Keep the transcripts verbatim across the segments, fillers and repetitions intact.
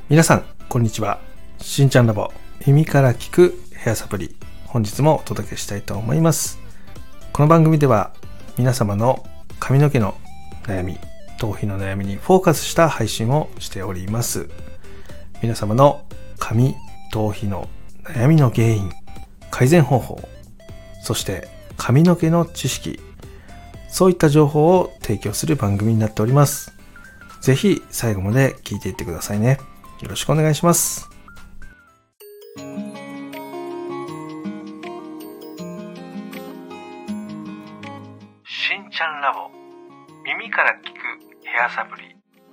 皆さんこんにちは。しんちゃんラボ耳から聞くヘアサプリ、本日もお届けしたいと思います。この番組では皆様の髪の毛の悩み、頭皮の悩みにフォーカスした配信をしております。皆様の髪、頭皮の悩みの原因、改善方法、そして髪の毛の知識、そういった情報を提供する番組になっております。ぜひ最後まで聞いていってくださいね。よろしくお願いします。 しんちゃんラボ耳から聞くヘアサプリ。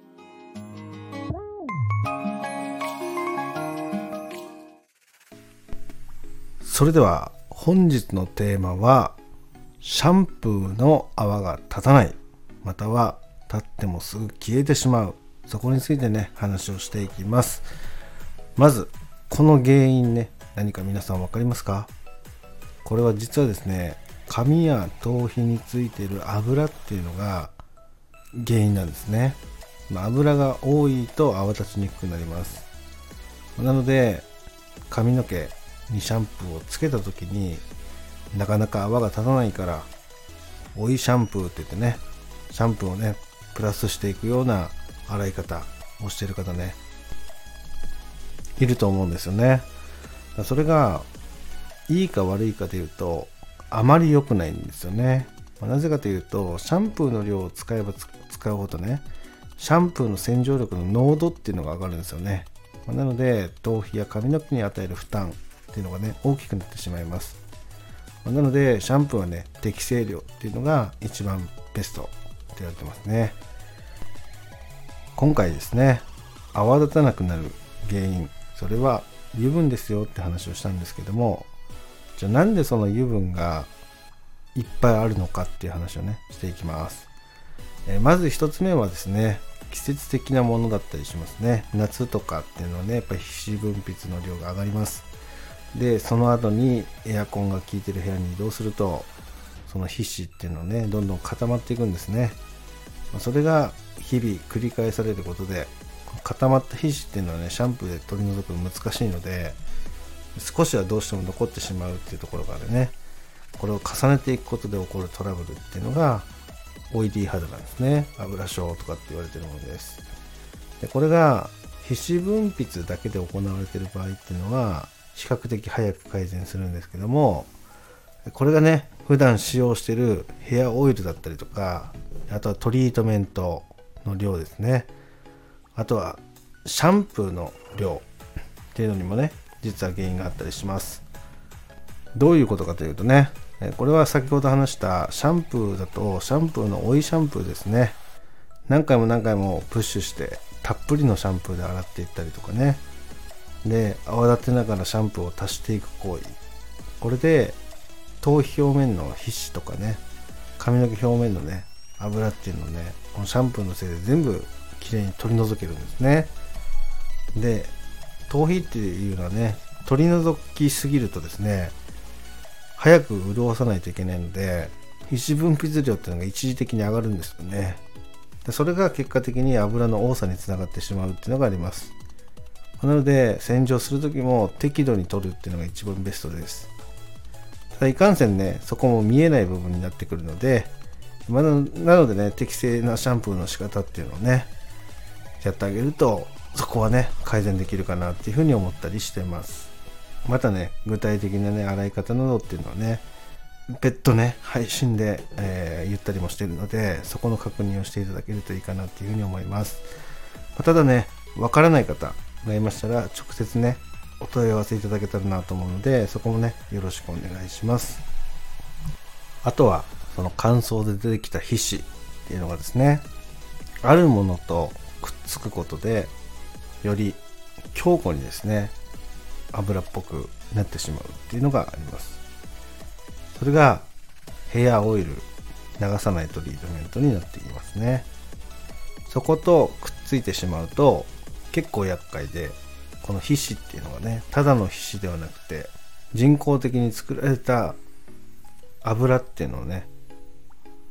それでは本日のテーマは、シャンプーの泡が立たない、または立ってもすぐ消えてしまう、そこについてね話をしていきます。まずこの原因ね、何か皆さん分かりますか？これは実はですね、髪や頭皮についている油っていうのが原因なんですね。まあ、油が多いと泡立ちにくくなります。なので髪の毛にシャンプーをつけた時になかなか泡が立たないから、追いシャンプーって言ってね、シャンプーをねプラスしていくような洗い方をしている方ねいると思うんですよね。それがいいか悪いかでいうとあまり良くないんですよね。なぜかというと、シャンプーの量を使えば使うほどね、シャンプーの洗浄力の濃度っていうのが上がるんですよね。なので頭皮や髪の毛に与える負担っていうのがね大きくなってしまいます。なのでシャンプーはね適正量っていうのが一番ベストって言われてますね。今回ですね、泡立たなくなる原因、それは油分ですよって話をしたんですけども、じゃあなんでその油分がいっぱいあるのかっていう話をねしていきます。えー、まず一つ目はですね、季節的なものだったりしますね。夏とかっていうのはね、やっぱり皮脂分泌の量が上がります。でその後にエアコンが効いてる部屋に移動すると、その皮脂っていうのはねどんどん固まっていくんですね。それが日々繰り返されることで、固まった皮脂っていうのはねシャンプーで取り除くの難しいので、少しはどうしても残ってしまうっていうところがあるね。これを重ねていくことで起こるトラブルっていうのがオイリー肌なんですね。油症とかって言われてるものです。でこれが皮脂分泌だけで行われている場合っていうのは比較的早く改善するんですけども、これがね普段使用しているヘアオイルだったりとか、あとはトリートメントの量ですね、あとはシャンプーの量っていうのにもね実は原因があったりします。どういうことかというとね、これは先ほど話したシャンプーだと、シャンプーの追いシャンプーですね、何回も何回もプッシュしてたっぷりのシャンプーで洗っていったりとかね、で泡立てながらシャンプーを足していく行為、これで頭皮表面の皮脂とかね、髪の毛表面のね油っていうのをね、このシャンプーのせいで全部きれいに取り除けるんですね。で頭皮っていうのはね、取り除きすぎるとですね、早く潤さないといけないので、皮脂分泌量っていうのが一時的に上がるんですよね。でそれが結果的に油の多さにつながってしまうっていうのがあります。なので洗浄する時も適度に取るっていうのが一番ベストです。ただいかんせんね、そこも見えない部分になってくるので、まあ、なのでね、適正なシャンプーの仕方っていうのをねやってあげると、そこはね改善できるかなっていうふうに思ったりしてます。またね具体的なね洗い方などっていうのはね別途ね配信で、えー、言ったりもしているので、そこの確認をしていただけるといいかなっていうふうに思います。まあ、ただねわからない方がいましたら直接ねお問い合わせいただけたらなと思うので、そこもねよろしくお願いします。あとはその乾燥で出てきた皮脂っていうのがですね、あるものとくっつくことでより強固にですね油っぽくなってしまうっていうのがあります。それがヘアオイル、流さないトリートメントになっていますね。そことくっついてしまうと結構厄介で、この皮脂っていうのがねただの皮脂ではなくて人工的に作られた油っていうのをね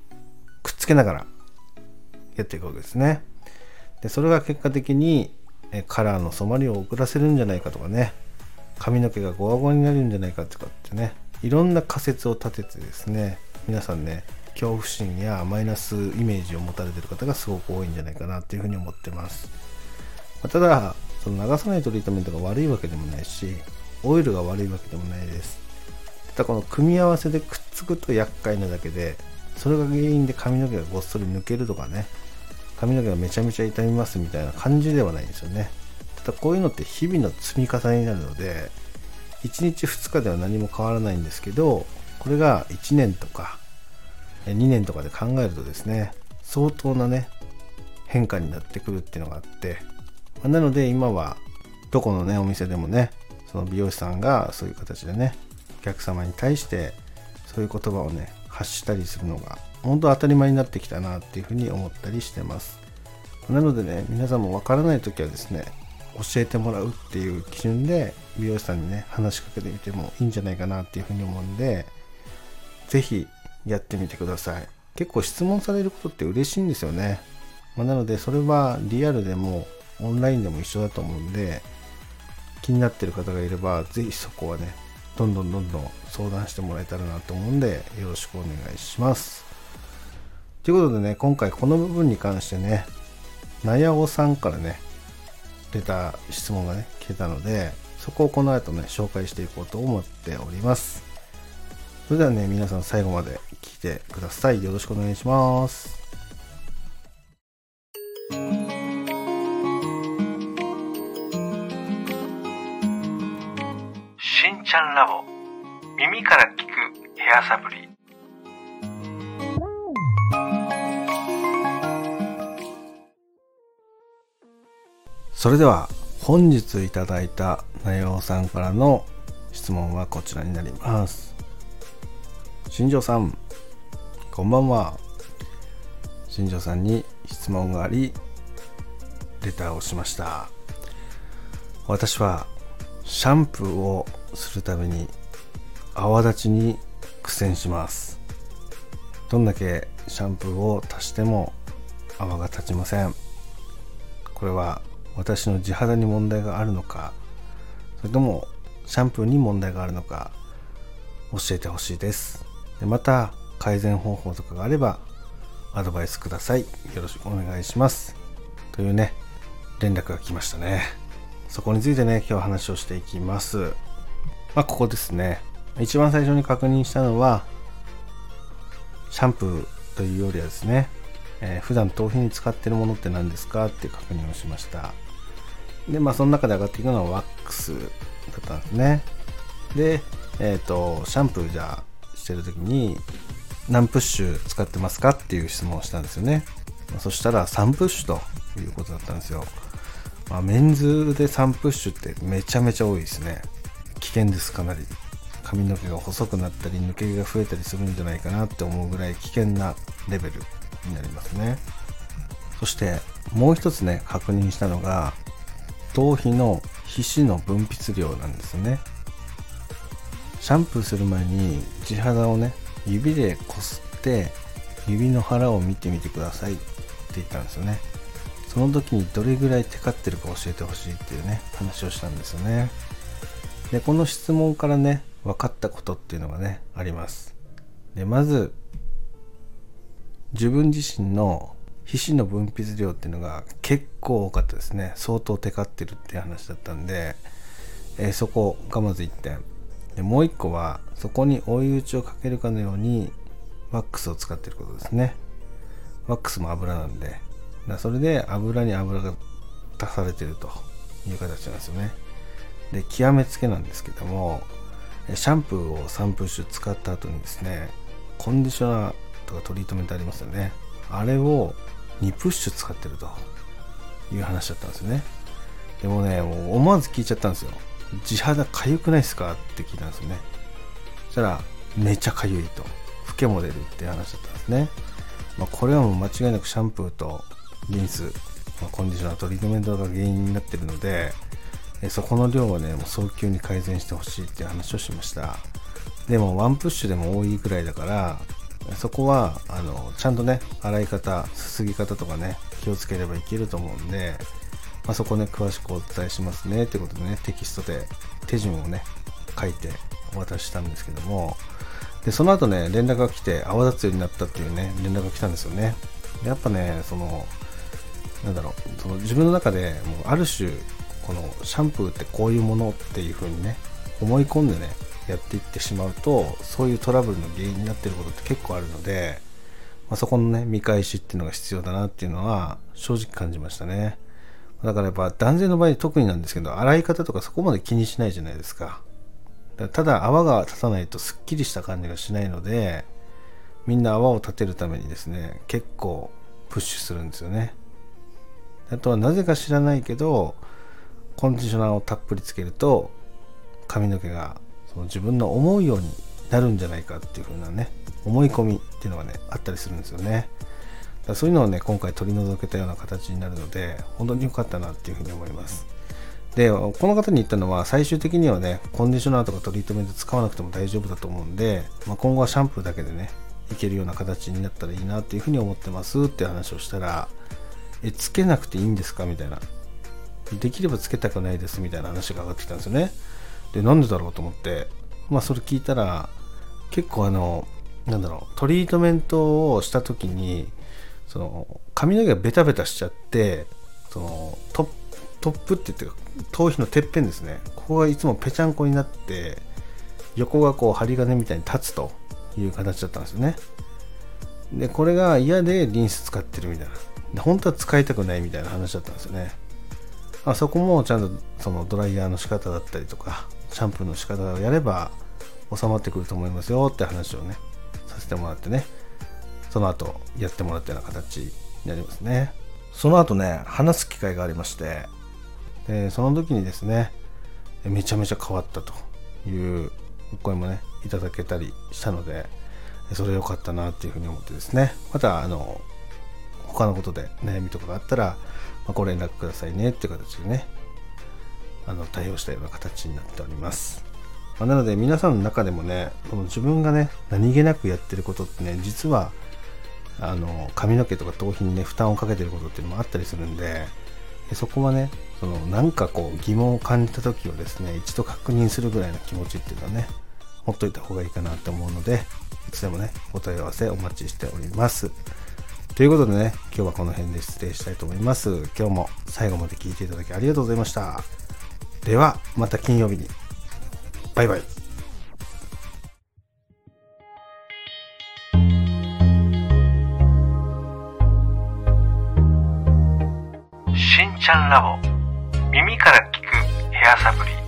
くっつけながらやっていくわけですね。でそれが結果的にえカラーの染まりを遅らせるんじゃないかとかね、髪の毛がゴワゴワになるんじゃないかとかってね、いろんな仮説を立ててですね、皆さんね恐怖心やマイナスイメージを持たれている方がすごく多いんじゃないかなっていうふうに思ってます。ただその流さないトリートメントが悪いわけでもないし、オイルが悪いわけでもないです。ただこの組み合わせでくっつくと厄介なだけで、それが原因で髪の毛がごっそり抜けるとかね、髪の毛がめちゃめちゃ痛みますみたいな感じではないんですよね。ただこういうのって日々の積み重ねになるので、いちにちふつかでは何も変わらないんですけど、これがいちねんとかにねんとかで考えるとですね、相当なね変化になってくるっていうのがあって、なので今はどこのねお店でもね、その美容師さんがそういう形でねお客様に対してそういう言葉をね発したりするのが本当当たり前になってきたなっていうふうに思ったりしてます。なのでね、皆さんもわからないときはですね、教えてもらうっていう基準で美容師さんにね話しかけてみてもいいんじゃないかなっていうふうに思うんで、ぜひやってみてください。結構質問されることって嬉しいんですよね。まあ、なのでそれはリアルでもオンラインでも一緒だと思うんで、気になってる方がいればぜひそこはねどんどんどんどん相談してもらえたらなと思うんで、よろしくお願いします。ということでね、今回この部分に関してね、なやおさんからね出た質問がね来てたので、そこをこの後ね紹介していこうと思っております。それではね、皆さん最後まで聞いてください。よろしくお願いします。 しんちゃんラボ、耳から聞くヘアサプリ。 それでは本日いただいたなやおさんからの質問はこちらになります。新庄さん、こんばんは。新庄さんに質問がありレターをしました。私はシャンプーをするために泡立ちに苦戦します。どんだけシャンプーを足しても泡が立ちません。これは私の地肌に問題があるのか、それともシャンプーに問題があるのか教えてほしいです。でまた改善方法とかがあればアドバイスください。よろしくお願いします。というね連絡が来ましたね。そこについてね今日話をしていきます。まあここですね。一番最初に確認したのはシャンプーというよりはですね、えー、普段頭皮に使っているものって何ですかっていう確認をしました。でまあその中で上がっていくのはワックスだったんですね。でえっ、ー、とシャンプーじゃしてる時に何プッシュ使ってますかっていう質問をしたんですよね。まあ、そしたらさんプッシュということだったんですよ。まあ、メンズでさんプッシュってめちゃめちゃ多いですね。危険です。かなり髪の毛が細くなったり抜け毛が増えたりするんじゃないかなって思うぐらい危険なレベルになりますね。そしてもう一つね確認したのが頭皮の皮脂の分泌量なんですよね。シャンプーする前に地肌をね指でこすって指の腹を見てみてくださいって言ったんですよね。その時にどれぐらいテカってるか教えてほしいっていうね話をしたんですよね。でこの質問からね分かったことっていうのがねあります。でまず自分自身の皮脂の分泌量っていうのが結構多かったですね。相当テカってるっていう話だったんで、えー、そこがまずいってんで、もう一個はそこに追い打ちをかけるかのようにワックスを使っていることですね。ワックスも油なんで、だそれで油に油が足されているという形なんですよね。で極めつけなんですけども、シャンプーをさんプッシュ使った後にですね、コンディショナーとかトリートメントありますよね。あれをにプッシュ使ってるという話だったんですよね。でもね、もう思わず聞いちゃったんですよ。地肌かゆくないですかって聞いたんですよね。そしたらめちゃかゆいと、フケも出るっていう話だったんですね。まあ、これはもう間違いなくシャンプーとリンス、まあ、コンディショナートリートメントが原因になっているので、えそこの量はねもう早急に改善してほしいっていう話をしました。でもワンプッシュでも多いぐらいだから、そこはあのちゃんとね洗い方、すすぎ方とかね気をつければいけると思うんで、 あ、そこね詳しくお伝えしますねってことでね、テキストで手順をね書いてお渡ししたんですけども、でその後ね連絡が来て泡立つようになったっていうね連絡が来たんですよね。やっぱねそのなんだろうその自分の中でもうある種このシャンプーってこういうものっていう風にね思い込んでねやっていってしまうと、そういうトラブルの原因になっていることって結構あるので、まあ、そこのね見返しっていうのが必要だなっていうのは正直感じましたね。だからやっぱ男性の場合特になんですけど、洗い方とかそこまで気にしないじゃないですか。だただ泡が立たないとすっきりした感じがしないので、みんな泡を立てるためにですね結構プッシュするんですよね。あとはなぜか知らないけどコンディショナーをたっぷりつけると髪の毛がその自分の思うようになるんじゃないかっていう風なね思い込みっていうのがねあったりするんですよね。だからそういうのをね今回取り除けたような形になるので本当に良かったなっていう風に思います。でこの方に言ったのは最終的にはねコンディショナーとかトリートメント使わなくても大丈夫だと思うんで、まあ、今後はシャンプーだけでねいけるような形になったらいいなっていう風に思ってますっていう話をしたら、えつけなくていいんですかみたいな、できればつけたくないですみたいな話が上がってきたんですよね。でなんでだろうと思って、まあそれ聞いたら結構あのなんだろうトリートメントをした時にその髪の毛がベタベタしちゃって、そのトップトップって言って頭皮のてっぺんですね、ここがいつもぺちゃんこになって横がこう針金みたいに立つという形だったんですよね。でこれが嫌でリンス使ってるみたいな、で本当は使いたくないみたいな話だったんですよね。あそこもちゃんとそのドライヤーの仕方だったりとかシャンプーの仕方をやれば収まってくると思いますよって話をねさせてもらってね、その後やってもらったような形になりますね。その後ね話す機会がありまして、でその時にですねめちゃめちゃ変わったというお声もねいただけたりしたので、それ良かったなっていうふうに思ってですね、またあの他のことで悩みとかがあったら、まあ、ご連絡くださいねっていう形でねあの対応したような形になっております。まあ、なので皆さんの中でもねこの自分がね何気なくやってることってね実はあの髪の毛とか頭皮にね負担をかけてることっていうのもあったりするんで、そこはねそのなんかこう疑問を感じた時はですね一度確認するぐらいの気持ちっていうのはね持っといた方がいいかなと思うので、いつでもねお問い合わせお待ちしております。ということでね今日はこの辺で失礼したいと思います。今日も最後まで聞いていただきありがとうございました。ではまた金曜日に。バイバイ。 しんちゃんラボ、耳から聞くヘアサプリ。